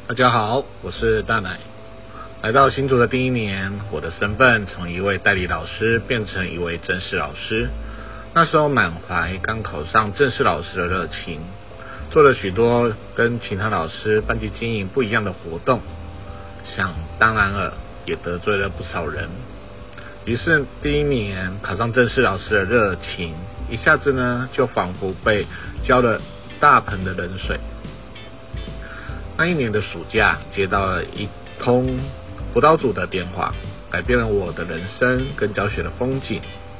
大家好，我是大奶。来到新竹的第一年，我的身份从一位代理老师变成一位正式老师。那时候满怀刚考上正式老师的热情，做了许多跟其他老师班级经营不一样的活动，想当然了，也得罪了不少人。于是第一年考上正式老师的热情，一下子呢就仿佛被浇了大盆的冷水。那一年的暑假，接到了一通辅导组的电话，改变了我的人生跟教学的风景。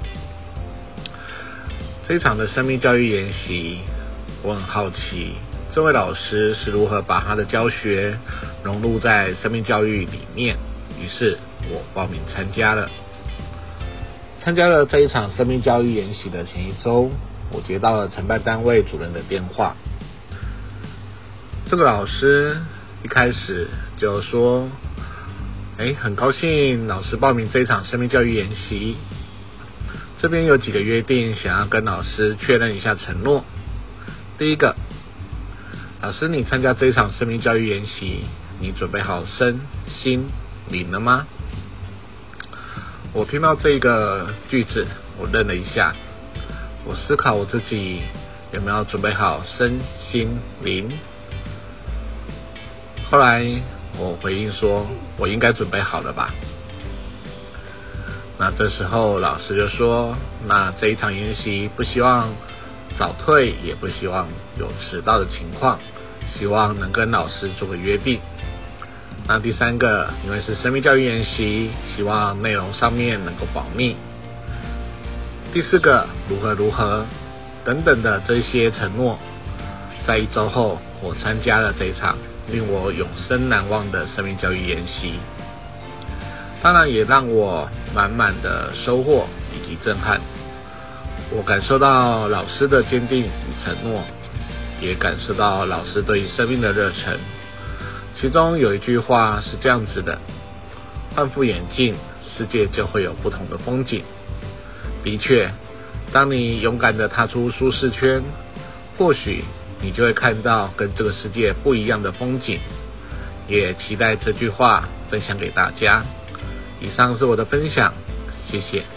这一场的生命教育研习，我很好奇这位老师是如何把他的教学融入在生命教育里面，于是我报名参加了。参加了这一场生命教育研习的前一周，我接到了承办单位主任的电话。这个老师一开始就说，很高兴老师报名这一场生命教育研习，这边有几个约定想要跟老师确认一下承诺。第一个，老师你参加这一场生命教育研习，你准备好身心灵了吗？我听到这个句子，我愣了一下，我思考我自己有没有准备好身心灵。后来我回应说，我应该准备好了吧。那这时候老师就说，那这一场研习不希望早退，也不希望有迟到的情况，希望能跟老师做个约定。那第三个，因为是生命教育研习，希望内容上面能够保密。第四个，如何等等的这些承诺，在一周后我参加了这一场令我永生难忘的生命教育研习，当然也让我满满的收获以及震撼。我感受到老师的坚定与承诺，也感受到老师对于生命的热忱。其中有一句话是这样子的，换副眼镜，世界就会有不同的风景。的确，当你勇敢地踏出舒适圈，或许你就会看到跟这个世界不一样的风景。也期待这句话分享给大家。以上是我的分享，谢谢。